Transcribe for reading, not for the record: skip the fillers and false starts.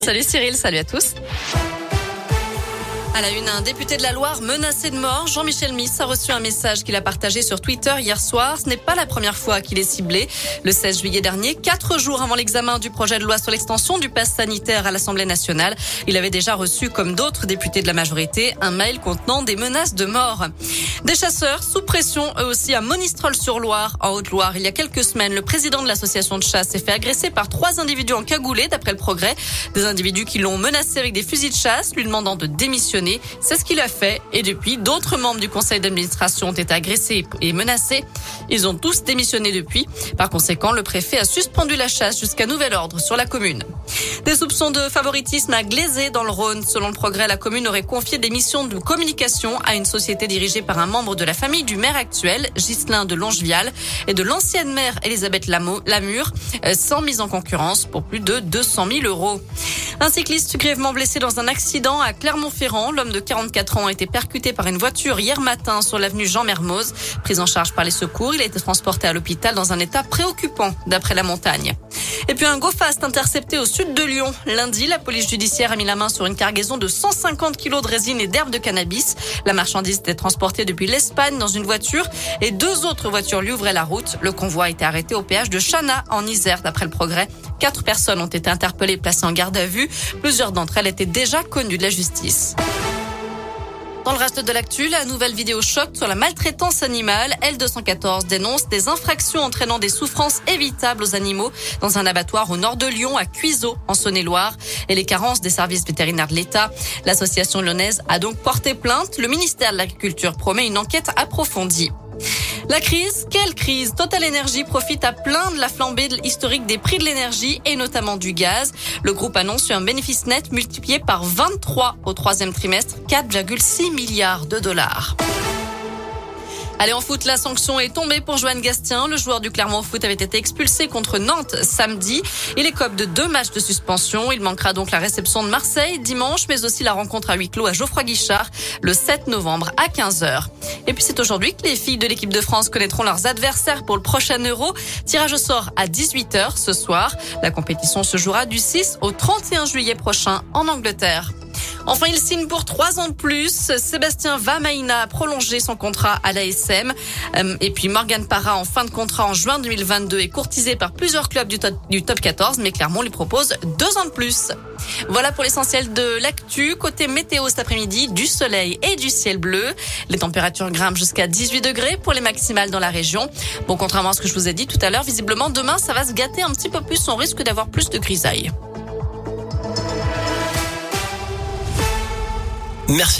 Salut Cyril, salut à tous. À la une, un député de la Loire menacé de mort, Jean-Michel Miss a reçu un message qu'il a partagé sur Twitter hier soir. Ce n'est pas la première fois qu'il est ciblé. Le 16 juillet dernier, 4 jours avant l'examen du projet de loi sur l'extension du pass sanitaire à l'Assemblée nationale, il avait déjà reçu, comme d'autres députés de la majorité, un mail contenant des menaces de mort. Des chasseurs sous pression, eux aussi, à Monistrol-sur-Loire, en Haute-Loire. Il y a quelques semaines, le président de l'association de chasse s'est fait agresser par 3 individus en cagoulé, d'après le Progrès. Des individus qui l'ont menacé avec des fusils de chasse, lui demandant de démissionner. C'est ce qu'il a fait. Et depuis, d'autres membres du conseil d'administration ont été agressés et menacés. Ils ont tous démissionné depuis. Par conséquent, le préfet a suspendu la chasse jusqu'à nouvel ordre sur la commune. Des soupçons de favoritisme à Glaisé dans le Rhône. Selon le Progrès, la commune aurait confié des missions de communication à une société dirigée par un membre de la famille du maire actuel, Ghislain de Longevial, et de l'ancienne maire Elisabeth Lamure, sans mise en concurrence pour plus de 200 000 €. Un cycliste grièvement blessé dans un accident à Clermont-Ferrand. L'homme de 44 ans a été percuté par une voiture hier matin sur l'avenue Jean Mermoz. Pris en charge par les secours, il a été transporté à l'hôpital dans un état préoccupant, d'après la montagne. Et puis un go-fast intercepté au sud de Lyon. Lundi, la police judiciaire a mis la main sur une cargaison de 150 kilos de résine et d'herbe de cannabis. La marchandise était transportée depuis l'Espagne dans une voiture et 2 autres voitures lui ouvraient la route. Le convoi a été arrêté au péage de Chana en Isère, d'après le Progrès. 4 personnes ont été interpellées et placées en garde à vue. Plusieurs d'entre elles étaient déjà connues de la justice. Dans le reste de l'actu, la nouvelle vidéo choc sur la maltraitance animale. L214 dénonce des infractions entraînant des souffrances évitables aux animaux dans un abattoir au nord de Lyon, à Cuiseaux, en Saône-et-Loire, et les carences des services vétérinaires de l'État. L'association lyonnaise a donc porté plainte. Le ministère de l'Agriculture promet une enquête approfondie. La crise, quelle crise? Total Energy profite à plein de la flambée historique des prix de l'énergie et notamment du gaz. Le groupe annonce un bénéfice net multiplié par 23 au 3e trimestre, 4,6 milliards de dollars. Allez, en foot, la sanction est tombée pour Johan Gastien. Le joueur du Clermont Foot avait été expulsé contre Nantes samedi. Il écope de 2 matchs de suspension. Il manquera donc la réception de Marseille dimanche, mais aussi la rencontre à huis clos à Geoffroy Guichard le 7 novembre à 15h. Et puis c'est aujourd'hui que les filles de l'équipe de France connaîtront leurs adversaires pour le prochain Euro. Tirage au sort à 18h ce soir. La compétition se jouera du 6 au 31 juillet prochain en Angleterre. Enfin, il signe pour 3 ans de plus. Sébastien Vamaina a prolongé son contrat à l'ASM. Et puis Morgan Parra, en fin de contrat en juin 2022, est courtisé par plusieurs clubs du top 14, mais Clermont lui propose 2 ans de plus. Voilà pour l'essentiel de l'actu. Côté météo cet après-midi, du soleil et du ciel bleu. Les températures grimpent jusqu'à 18 degrés pour les maximales dans la région. Bon, contrairement à ce que je vous ai dit tout à l'heure, visiblement demain, ça va se gâter un petit peu plus. On risque d'avoir plus de grisailles. Merci.